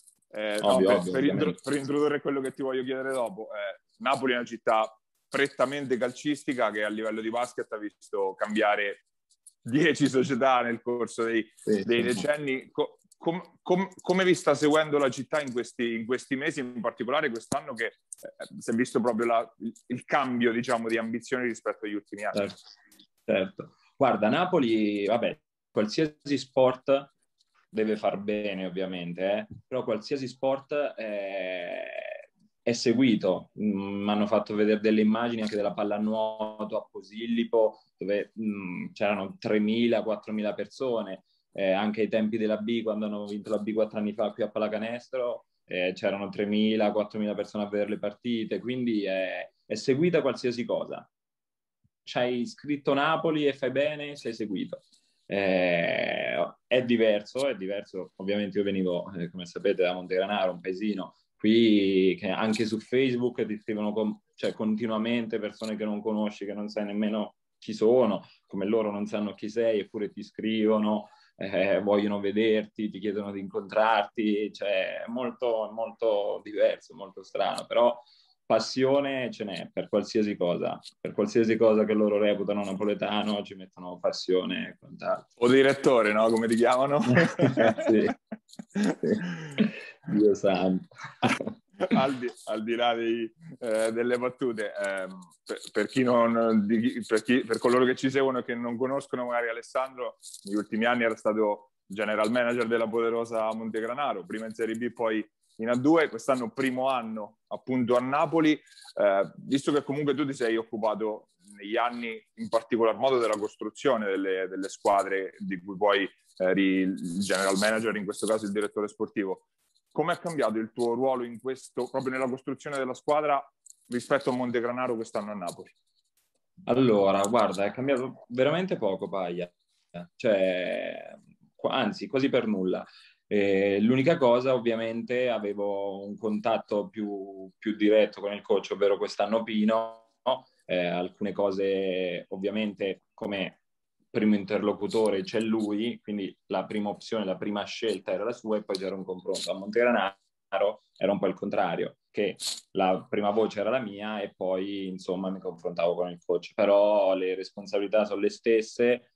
Per introdurre quello che ti voglio chiedere dopo, Napoli è una città prettamente calcistica che a livello di basket ha visto cambiare 10 società nel corso dei decenni. Come vi sta seguendo la città in questi mesi, in particolare quest'anno che si è visto proprio il cambio, diciamo, di ambizioni rispetto agli ultimi anni? Certo. Guarda, Napoli, vabbè, qualsiasi sport deve far bene ovviamente, però qualsiasi sport è seguito. Mi hanno fatto vedere delle immagini anche della pallanuoto a Posillipo, dove c'erano 3.000-4.000 persone, anche ai tempi della B, quando hanno vinto la B 4 anni fa qui a Pallacanestro, c'erano 3.000-4.000 persone a vedere le partite, quindi è seguita qualsiasi cosa. C'hai scritto Napoli e fai bene, sei seguito. È diverso, ovviamente io venivo, come sapete, da Montegranaro, un paesino, qui che anche su Facebook ti scrivono continuamente persone che non conosci, che non sai nemmeno chi sono, come loro non sanno chi sei, eppure ti scrivono, vogliono vederti, ti chiedono di incontrarti, cioè è molto, molto diverso, molto strano, però passione ce n'è per qualsiasi cosa che loro reputano napoletano, ci mettono passione e quant'altro. O direttore, no? Come ti chiamano? Sì. Dio santo. Al di là delle battute, per coloro che ci seguono e che non conoscono magari Alessandro, negli ultimi anni era stato general manager della poderosa Montegranaro, prima in Serie B, poi in A2, quest'anno primo anno appunto a Napoli. Visto che comunque tu ti sei occupato negli anni, in particolar modo della costruzione delle squadre di cui poi eri il general manager, in questo caso il direttore sportivo. Come è cambiato il tuo ruolo in questo, proprio nella costruzione della squadra rispetto a Montegranaro quest'anno a Napoli? Allora, guarda, è cambiato veramente poco, Paia. Cioè, anzi, quasi per nulla. L'unica cosa, ovviamente, avevo un contatto più diretto con il coach, ovvero quest'anno Pino. Alcune cose, ovviamente, come primo interlocutore c'è lui, quindi la prima opzione, la prima scelta era la sua e poi c'era un confronto. A Montegranaro era un po' il contrario, che la prima voce era la mia e poi insomma mi confrontavo con il coach, però le responsabilità sono le stesse,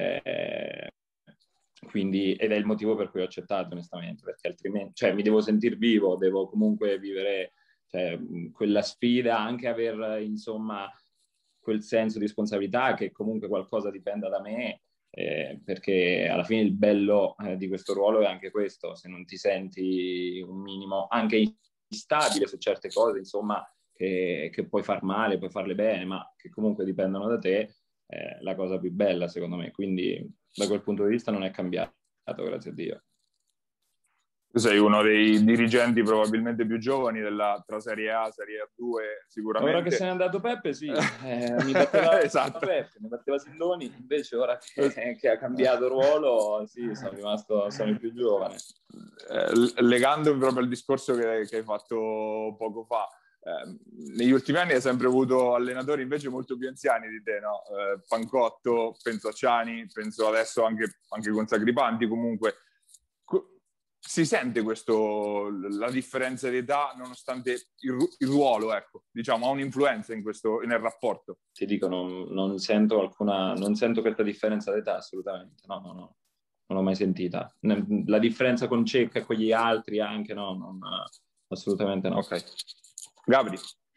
quindi, ed è il motivo per cui ho accettato onestamente, perché altrimenti cioè, mi devo sentire vivo, devo comunque vivere cioè, quella sfida, anche aver insomma quel senso di responsabilità che comunque qualcosa dipenda da me, perché alla fine il bello di questo ruolo è anche questo, se non ti senti un minimo anche instabile su certe cose, insomma, che puoi far male, puoi farle bene, ma che comunque dipendono da te, è la cosa più bella secondo me, quindi da quel punto di vista non è cambiato, grazie a Dio. Tu sei uno dei dirigenti probabilmente più giovani tra Serie A e Serie A2, sicuramente. Ora che se n'è andato Peppe, sì, mi batteva esatto. Peppe, mi batteva Sindoni, invece ora che ha cambiato ruolo, sì, sono il più giovane. Legandomi proprio al discorso che hai fatto poco fa, negli ultimi anni hai sempre avuto allenatori invece molto più anziani di te, no? Pancotto, penso a Ciani, penso adesso anche con Sacripanti, comunque. Si sente la differenza di età nonostante il ruolo, ecco, diciamo, ha un'influenza nel rapporto? Ti dico, non sento questa differenza d'età assolutamente, no, non l'ho mai sentita. La differenza con Cecca e con gli altri anche, no, assolutamente no. Ok. Gabri?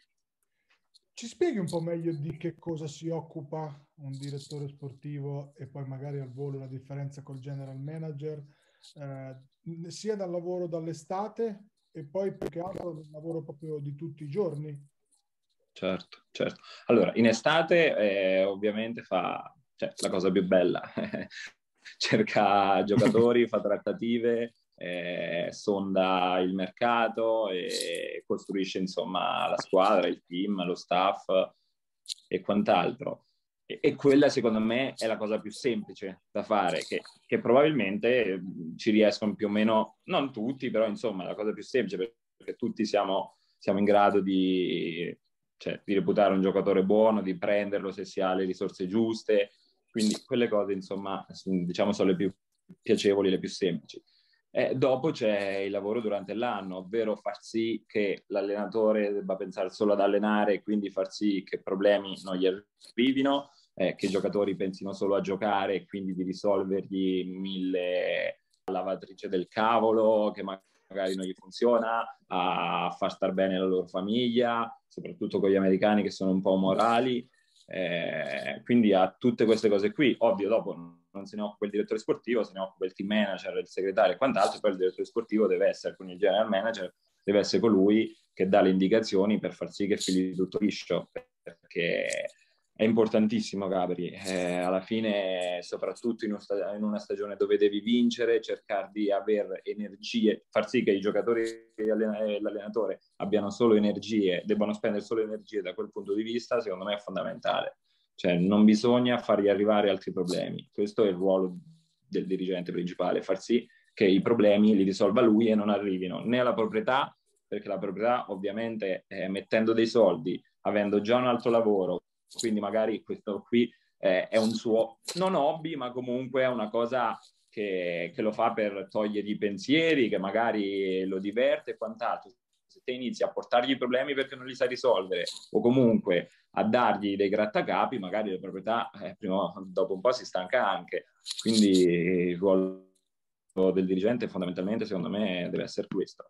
Ci spieghi un po' meglio di che cosa si occupa un direttore sportivo e poi magari al volo la differenza col general manager, sia dal lavoro dall'estate e poi più che altro dal lavoro proprio di tutti i giorni? Certo. Allora, in estate ovviamente cioè, la cosa più bella, cerca giocatori, fa trattative, sonda il mercato e costruisce insomma la squadra, il team, lo staff e quant'altro. E quella secondo me è la cosa più semplice da fare, che probabilmente ci riescono più o meno, non tutti, però insomma è la cosa più semplice perché tutti siamo in grado di reputare un giocatore buono, di prenderlo se si ha le risorse giuste, quindi quelle cose insomma diciamo sono le più piacevoli, le più semplici. Dopo c'è il lavoro durante l'anno, ovvero far sì che l'allenatore debba pensare solo ad allenare e quindi far sì che problemi non gli arrivino, che i giocatori pensino solo a giocare e quindi di risolvergli 1000 lavatrice del cavolo che magari non gli funziona, a far star bene la loro famiglia, soprattutto con gli americani che sono un po' morali. Quindi a tutte queste cose qui, ovvio dopo non se ne occupa il direttore sportivo, se ne occupa il team manager, il segretario e quant'altro, poi il direttore sportivo deve essere con il general manager, deve essere colui che dà le indicazioni per far sì che fili tutto liscio, perché è importantissimo, Gabri, alla fine soprattutto in una stagione dove devi vincere, cercare di avere energie, far sì che i giocatori e l'allenatore abbiano solo energie, debbano spendere solo energie da quel punto di vista, secondo me è fondamentale. Cioè non bisogna fargli arrivare altri problemi, questo è il ruolo del dirigente principale, far sì che i problemi li risolva lui e non arrivino né alla proprietà, perché la proprietà ovviamente mettendo dei soldi, avendo già un altro lavoro, quindi magari questo qui è un suo non hobby, ma comunque è una cosa che lo fa per togliergli i pensieri, che magari lo diverte e quant'altro. Se te inizi a portargli i problemi perché non li sai risolvere o comunque a dargli dei grattacapi, magari la proprietà prima dopo un po' si stanca anche. Quindi il ruolo del dirigente fondamentalmente secondo me deve essere questo.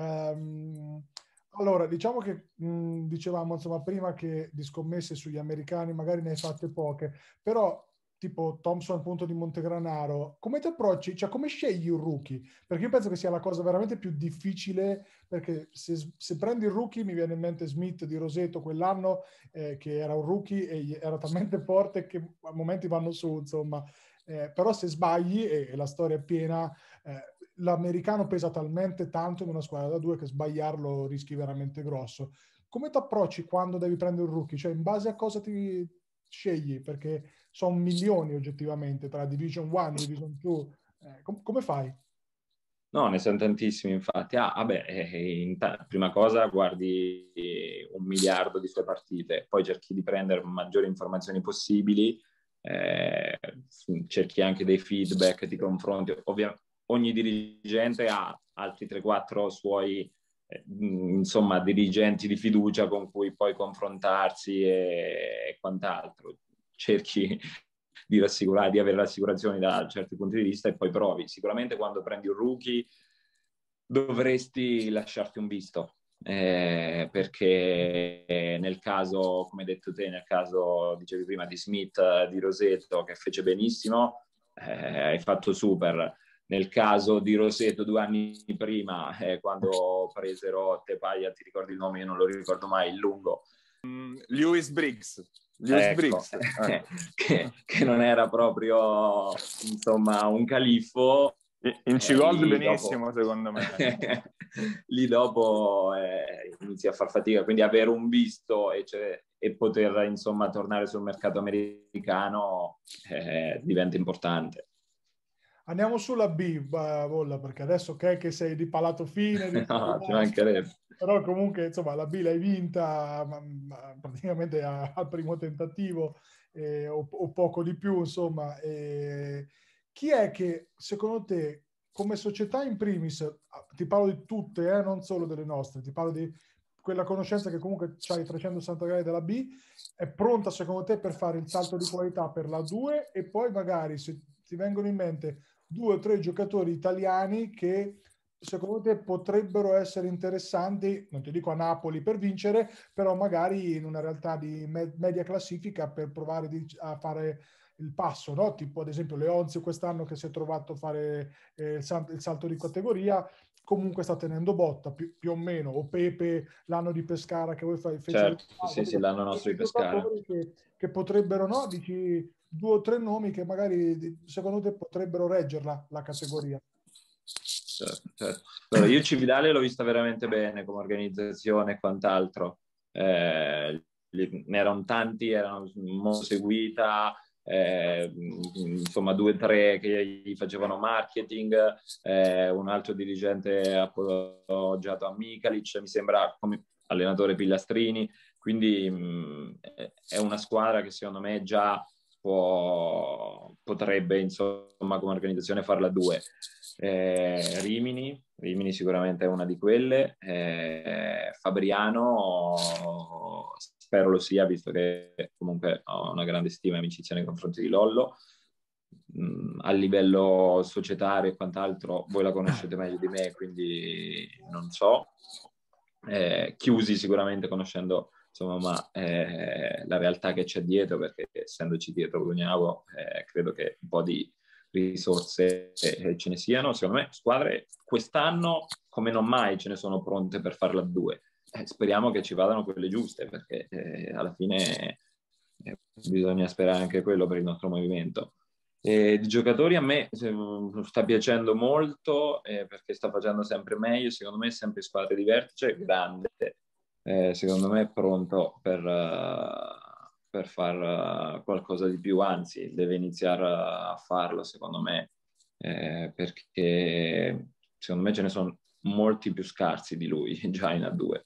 Allora, diciamo che dicevamo insomma prima che di scommesse sugli americani magari ne hai fatte poche, però tipo Thompson appunto di Montegranaro, come ti approcci? Cioè come scegli un rookie? Perché io penso che sia la cosa veramente più difficile, perché se prendi il rookie, mi viene in mente Smith di Roseto quell'anno, che era un rookie e era talmente forte che a momenti vanno su, insomma. Però se sbagli, e la storia è piena, l'americano pesa talmente tanto in una squadra da 2 che sbagliarlo rischi veramente grosso. Come ti approcci quando devi prendere un rookie? Cioè in base a cosa ti scegli? Perché sono milioni oggettivamente tra Division 1 e Division 2. Come fai? No, ne sono tantissimi, infatti. Vabbè, prima cosa guardi 1 miliardo di sue partite, poi cerchi di prendere maggiori informazioni possibili, cerchi anche dei feedback, ti confronti. Ogni dirigente ha altri 3-4 suoi, insomma, dirigenti di fiducia con cui poi confrontarsi e quant'altro. Cerchi di rassicurare, di avere rassicurazioni da certi punti di vista e poi provi. Sicuramente quando prendi un rookie dovresti lasciarti un visto, perché nel caso, come hai detto te, nel caso, dicevi prima, di Smith, di Roseto, che fece benissimo, hai fatto super. Nel caso di Roseto 2 anni prima, quando presero Tepaia, ti ricordi il nome? Io non lo ricordo mai, il lungo. Lewis Briggs. Ecco, che non era proprio, insomma, un califfo. In C-Gold benissimo, dopo, secondo me. lì dopo inizi a far fatica, quindi avere un visto e poter, insomma, tornare sul mercato americano diventa importante. Andiamo sulla B, Bolla, perché adesso che sei di palato fine, No, ci mancherebbe. però comunque insomma la B l'hai vinta praticamente al primo tentativo, o poco di più, insomma. Chi è che secondo te, come società in primis, ti parlo di tutte, non solo delle nostre, ti parlo di quella conoscenza che comunque c'hai 360 gradi della B, è pronta secondo te per fare il salto di qualità per la 2, e poi magari se ti vengono in mente 2 o 3 giocatori italiani che secondo te potrebbero essere interessanti, non ti dico a Napoli per vincere, però magari in una realtà di media classifica per provare a fare il passo, no? Tipo ad esempio Leonzio quest'anno che si è trovato a fare il salto di categoria, comunque sta tenendo botta più o meno, o Pepe l'anno di Pescara che voi fece certo, sì, l'anno nostro di Pescara. che potrebbero, no? Dici 2 o 3 nomi che magari secondo te potrebbero reggerla la categoria. Certo. Allora, io Cividale l'ho vista veramente bene come organizzazione e quant'altro. Ne erano tanti, erano molto seguita, insomma 2 o 3 che gli facevano marketing, un altro dirigente appoggiato a Mikalic, mi sembra, come allenatore Pillastrini, quindi è una squadra che secondo me già potrebbe, insomma, come organizzazione farla 2. Rimini sicuramente è una di quelle, Fabriano spero lo sia, visto che comunque ho una grande stima e amicizia nei confronti di Lollo. A livello societario e quant'altro voi la conoscete meglio di me, quindi non so. Chiusi sicuramente, conoscendo insomma la realtà che c'è dietro, perché essendoci dietro Brugnavo, credo che un po' di risorse ce ne siano. Secondo me squadre quest'anno come non mai ce ne sono pronte per farla 2. Speriamo che ci vadano quelle giuste, perché alla fine bisogna sperare anche quello per il nostro movimento. Di giocatori a me sta piacendo molto, perché sta facendo sempre meglio, secondo me sempre squadre di vertice, grande, secondo me è pronto per far qualcosa di più, anzi deve iniziare a farlo secondo me, perché secondo me ce ne sono molti più scarsi di lui già in A2.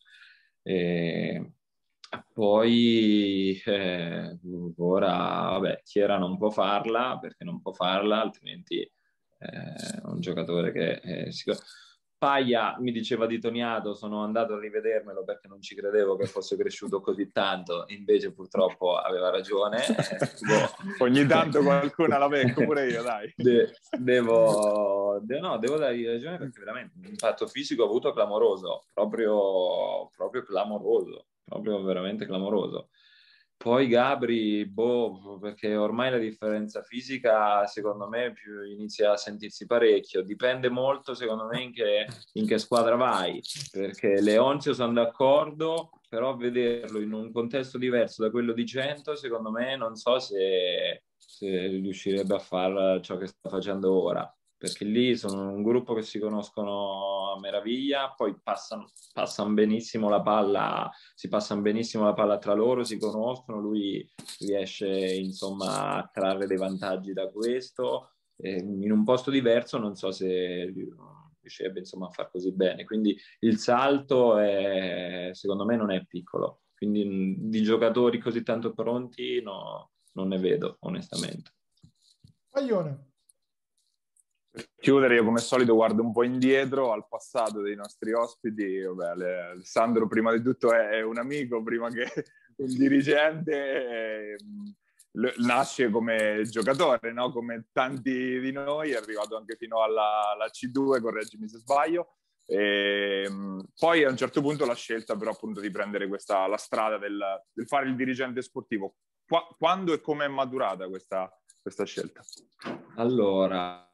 Poi ora vabbè, Chiera non può farla perché non può farla, altrimenti è un giocatore che Paia mi diceva di Toniato, sono andato a rivedermelo perché non ci credevo che fosse cresciuto così tanto, invece purtroppo aveva ragione. Ogni tanto qualcuna la becco pure io, dai. Devo dargli ragione, perché veramente un impatto fisico ha avuto clamoroso, proprio clamoroso, proprio veramente clamoroso. Poi Gabri, perché ormai la differenza fisica secondo me inizia a sentirsi parecchio, dipende molto secondo me in che squadra vai, perché Leonzio sono d'accordo, però vederlo in un contesto diverso da quello di Cento, secondo me non so se riuscirebbe a fare ciò che sta facendo ora, perché lì sono un gruppo che si conoscono a meraviglia, poi passano benissimo la palla, si passano benissimo la palla tra loro, si conoscono, lui riesce insomma a trarre dei vantaggi da questo, in un posto diverso non so se riuscirebbe insomma a far così bene, quindi il salto secondo me non è piccolo, quindi di giocatori così tanto pronti no, non ne vedo onestamente. Paglione. Per chiudere, io come al solito guardo un po' indietro al passato dei nostri ospiti. Vabbè, Alessandro prima di tutto è un amico, prima che un dirigente, nasce come giocatore, no? Come tanti di noi, è arrivato anche fino alla C2, correggimi se sbaglio. Poi a un certo punto la scelta però appunto di prendere la strada del fare il dirigente sportivo. Quando e come è maturata questa scelta? Allora,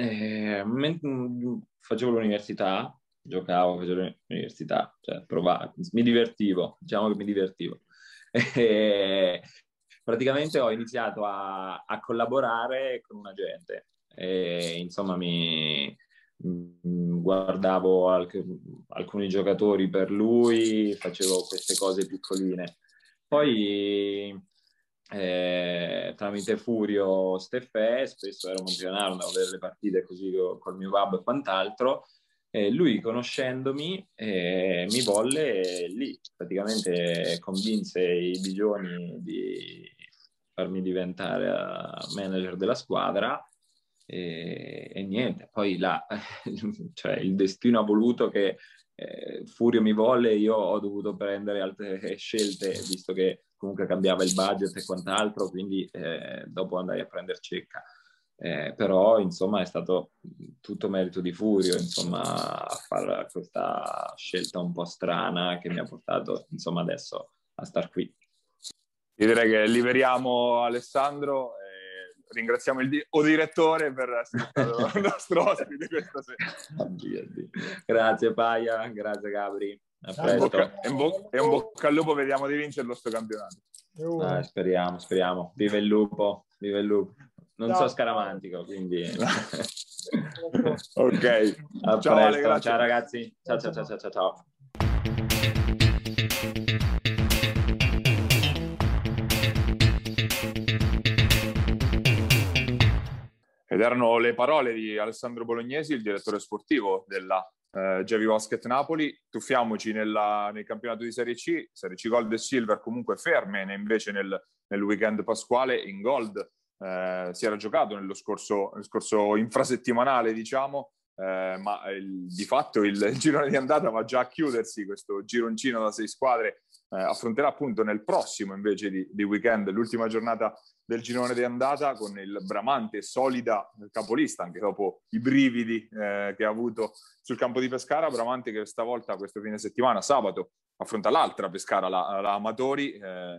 facevo l'università, facevo l'università, cioè provavo, mi divertivo, diciamo che mi divertivo. Praticamente ho iniziato a collaborare con un agente e insomma guardavo alcuni giocatori per lui, facevo queste cose piccoline. Poi tramite Furio Steffè, spesso ero a Monteganaro, andavo a vedere le partite così col mio babbo e quant'altro, lui conoscendomi mi volle lì, praticamente convinse i Bigioni di farmi diventare manager della squadra e niente, poi là cioè il destino ha voluto che Furio mi volle, io ho dovuto prendere altre scelte visto che comunque cambiava il budget e quant'altro, quindi dopo andai a prendere Cecca. Però insomma è stato tutto merito di Furio, insomma, a fare questa scelta un po' strana che mi ha portato insomma adesso a star qui. Io direi che liberiamo Alessandro e ringraziamo il direttore per essere stato il nostro ospite questa sera. Oddio. Grazie Paia, grazie Gabri. A presto. E un bocca al lupo, vediamo di vincerlo sto campionato. Speriamo. Vive il lupo, vive il lupo. Non Ciao. so scaramantico, quindi... Ok. A Ciao, presto. Ale, Ciao ragazzi. Ciao. Ed erano le parole di Alessandro Bolognesi, il direttore sportivo della Gevi Basket Napoli. Tuffiamoci nel campionato di Serie C Gold e Silver comunque ferme, invece nel weekend pasquale in Gold si era giocato nello scorso infrasettimanale, diciamo, ma di fatto il girone di andata va già a chiudersi. Questo gironcino da 6 squadre affronterà appunto nel prossimo invece di weekend l'ultima giornata del girone di andata con il bramante solida capolista, anche dopo i brividi che ha avuto sul campo di Pescara. Bramante che stavolta, questo fine settimana, sabato, affronta l'altra Pescara, la Amatori,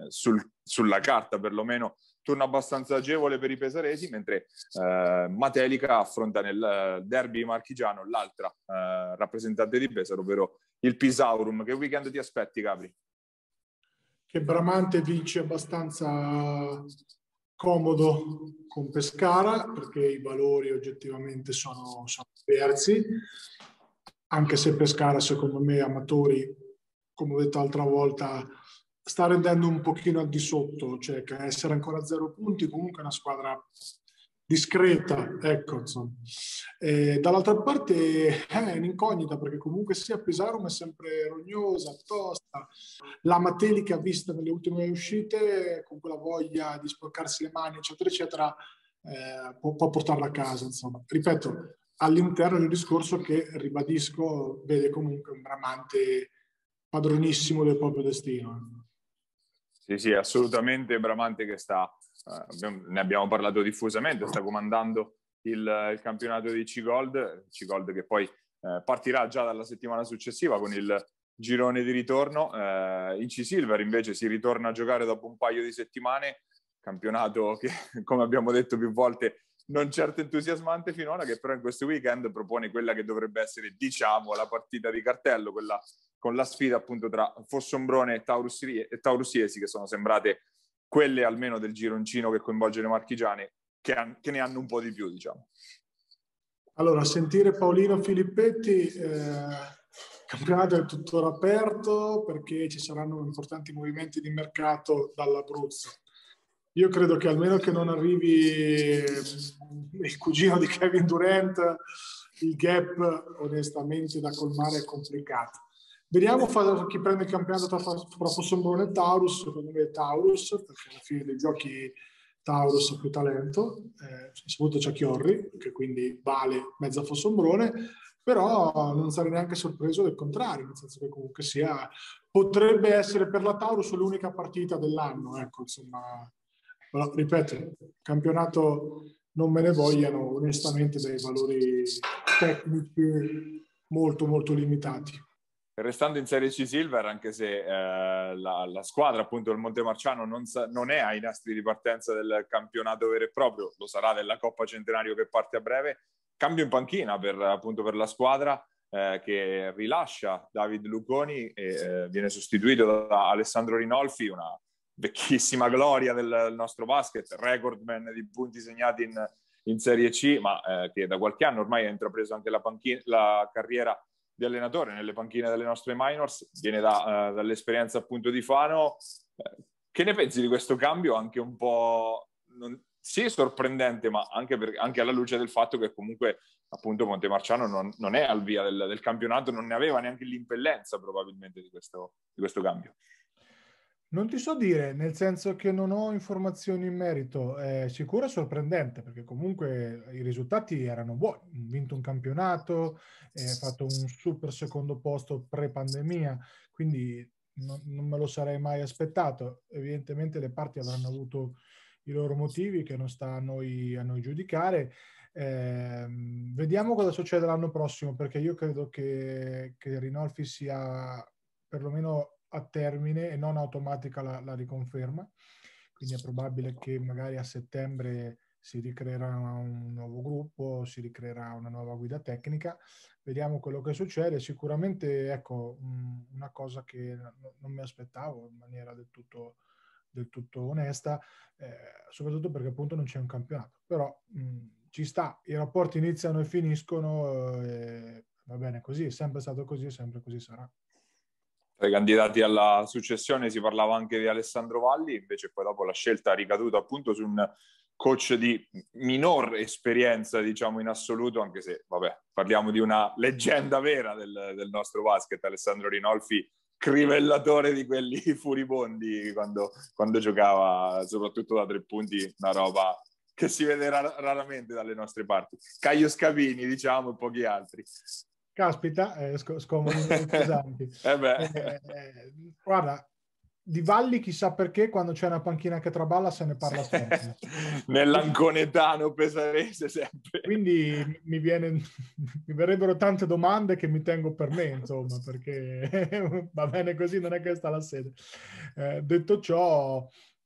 sulla carta perlomeno turno abbastanza agevole per i pesaresi, mentre Matelica affronta nel derby marchigiano l'altra rappresentante di Pesaro, ovvero il Pisaurum. Che weekend ti aspetti, Gabri? Che Bramante vince abbastanza comodo con Pescara, perché i valori oggettivamente sono diversi, anche se Pescara, secondo me, Amatori, come ho detto l'altra volta, sta rendendo un pochino al di sotto, cioè che essere ancora a 0 punti comunque è una squadra discreta, ecco, insomma. Dall'altra parte è un'incognita, perché comunque sia Pesaro è sempre rognosa, tosta. La Matelica vista nelle ultime uscite, con quella voglia di sporcarsi le mani, eccetera, eccetera, può portarla a casa, insomma. Ripeto, all'interno del discorso che, ribadisco, vede comunque un Bramante padronissimo del proprio destino. Sì, assolutamente. Bramante che ne abbiamo parlato diffusamente, sta comandando il campionato di C-Gold che poi partirà già dalla settimana successiva con il girone di ritorno. In C-Silver invece si ritorna a giocare dopo un paio di settimane, campionato che, come abbiamo detto più volte, non certo entusiasmante finora, che però in questo weekend propone quella che dovrebbe essere, diciamo, la partita di cartello, quella con la sfida appunto tra Fossombrone e Taurus Iesi, che sono sembrate quelle almeno del gironcino che coinvolge le marchigiane, che ne hanno un po' di più, diciamo. Allora, sentire Paolino Filippetti, il campionato è tuttora aperto perché ci saranno importanti movimenti di mercato dall'Abruzzo. Io credo che almeno che non arrivi il cugino di Kevin Durant, il gap onestamente da colmare è complicato. Vediamo chi prende il campionato tra Fossombrone e Taurus. Secondo me è Taurus, perché alla fine dei giochi Taurus ha più talento, soprattutto c'è Chiorri, che quindi vale mezza Fossombrone, però non sarei neanche sorpreso del contrario, nel senso che comunque sia, potrebbe essere per la Taurus l'unica partita dell'anno, ecco, insomma. Però, ripeto, campionato non me ne vogliano onestamente dai valori tecnici molto molto limitati. Restando in Serie C Silver, anche se la squadra appunto del Montemarciano non è ai nastri di partenza del campionato vero e proprio, lo sarà della Coppa Centenario che parte a breve, cambio in panchina per la squadra che rilascia David Luconi e viene sostituito da Alessandro Rinolfi, una vecchissima gloria del nostro basket, recordman di punti segnati in Serie C, ma che da qualche anno ormai ha intrapreso anche la carriera di allenatore nelle panchine delle nostre minors, viene dall'esperienza appunto di Fano. Che ne pensi di questo cambio? Anche un po' sì, sorprendente, ma anche alla luce del fatto che comunque appunto Montemarciano non è al via del campionato, non ne aveva neanche l'impellenza probabilmente di questo cambio. Non ti so dire, nel senso che non ho informazioni in merito. Sicuro è sorprendente, perché comunque i risultati erano buoni. Ha vinto un campionato, ha fatto un super secondo posto pre-pandemia, quindi non me lo sarei mai aspettato. Evidentemente le parti avranno avuto i loro motivi, che non sta a noi giudicare. Vediamo cosa succede l'anno prossimo, perché io credo che Rinolfi sia perlomeno a termine e non automatica la riconferma, quindi è probabile che magari a settembre si ricreerà un nuovo gruppo, si ricreerà una nuova guida tecnica, vediamo quello che succede. Sicuramente, ecco, una cosa che non mi aspettavo in maniera del tutto onesta, soprattutto perché appunto non c'è un campionato, però ci sta, i rapporti iniziano e finiscono, va bene così, è sempre stato così e sempre così sarà. Tra i candidati alla successione si parlava anche di Alessandro Valli, invece poi dopo la scelta ha ricaduto appunto su un coach di minor esperienza, diciamo, in assoluto, anche se, vabbè, parliamo di una leggenda vera del nostro basket, Alessandro Rinolfi, crivellatore di quelli furibondi quando giocava, soprattutto da 3 punti, una roba che si vede raramente dalle nostre parti. Caio Scavini, diciamo, e pochi altri. Caspita, scomodi pesanti. Guarda, di Valli chissà perché quando c'è una panchina che traballa se ne parla sempre. Nell'anconetano pesarese sempre. Quindi mi verrebbero tante domande che mi tengo per me, insomma, perché va bene così, non è questa la sede. Detto ciò,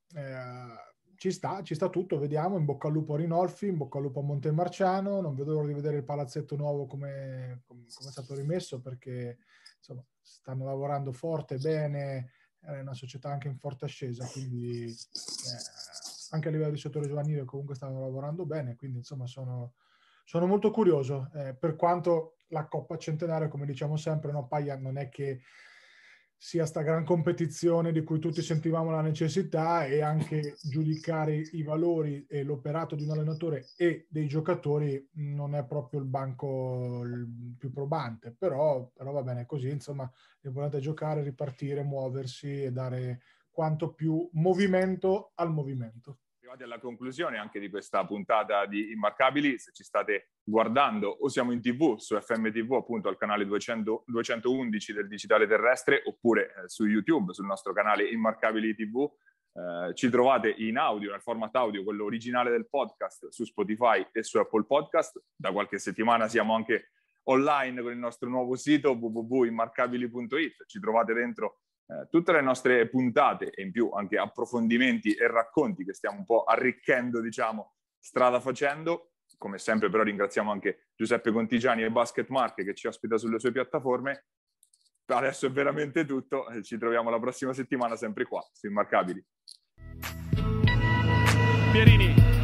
ci sta tutto, vediamo. In bocca al lupo a Rinolfi, in bocca al lupo a Montemarciano. Non vedo l'ora di vedere il palazzetto nuovo come è stato rimesso, perché insomma stanno lavorando forte, bene, è una società anche in forte ascesa, quindi anche a livello di settore giovanile comunque stanno lavorando bene, quindi insomma sono molto curioso, per quanto la Coppa Centenario, come diciamo sempre, no, Paia, non è che sia sta gran competizione di cui tutti sentivamo la necessità, e anche giudicare i valori e l'operato di un allenatore e dei giocatori non è proprio il banco più probante, però va bene così, insomma, l'importante è giocare, ripartire, muoversi e dare quanto più movimento al movimento. Arrivati alla conclusione anche di questa puntata di Immarcabili, se ci state guardando o siamo in TV su FM TV, appunto al canale 211 del digitale terrestre, oppure su YouTube sul nostro canale Immarcabili TV, ci trovate in audio, nel format audio, quello originale del podcast, su Spotify e su Apple Podcast. Da qualche settimana siamo anche online con il nostro nuovo sito www.immarcabili.it. Ci trovate dentro tutte le nostre puntate e in più anche approfondimenti e racconti che stiamo un po' arricchendo, diciamo, strada facendo. Come sempre però ringraziamo anche Giuseppe Contigiani e Basket Marche che ci ospita sulle sue piattaforme. Adesso è veramente tutto, ci troviamo la prossima settimana sempre qua su Immarcabili. Pierini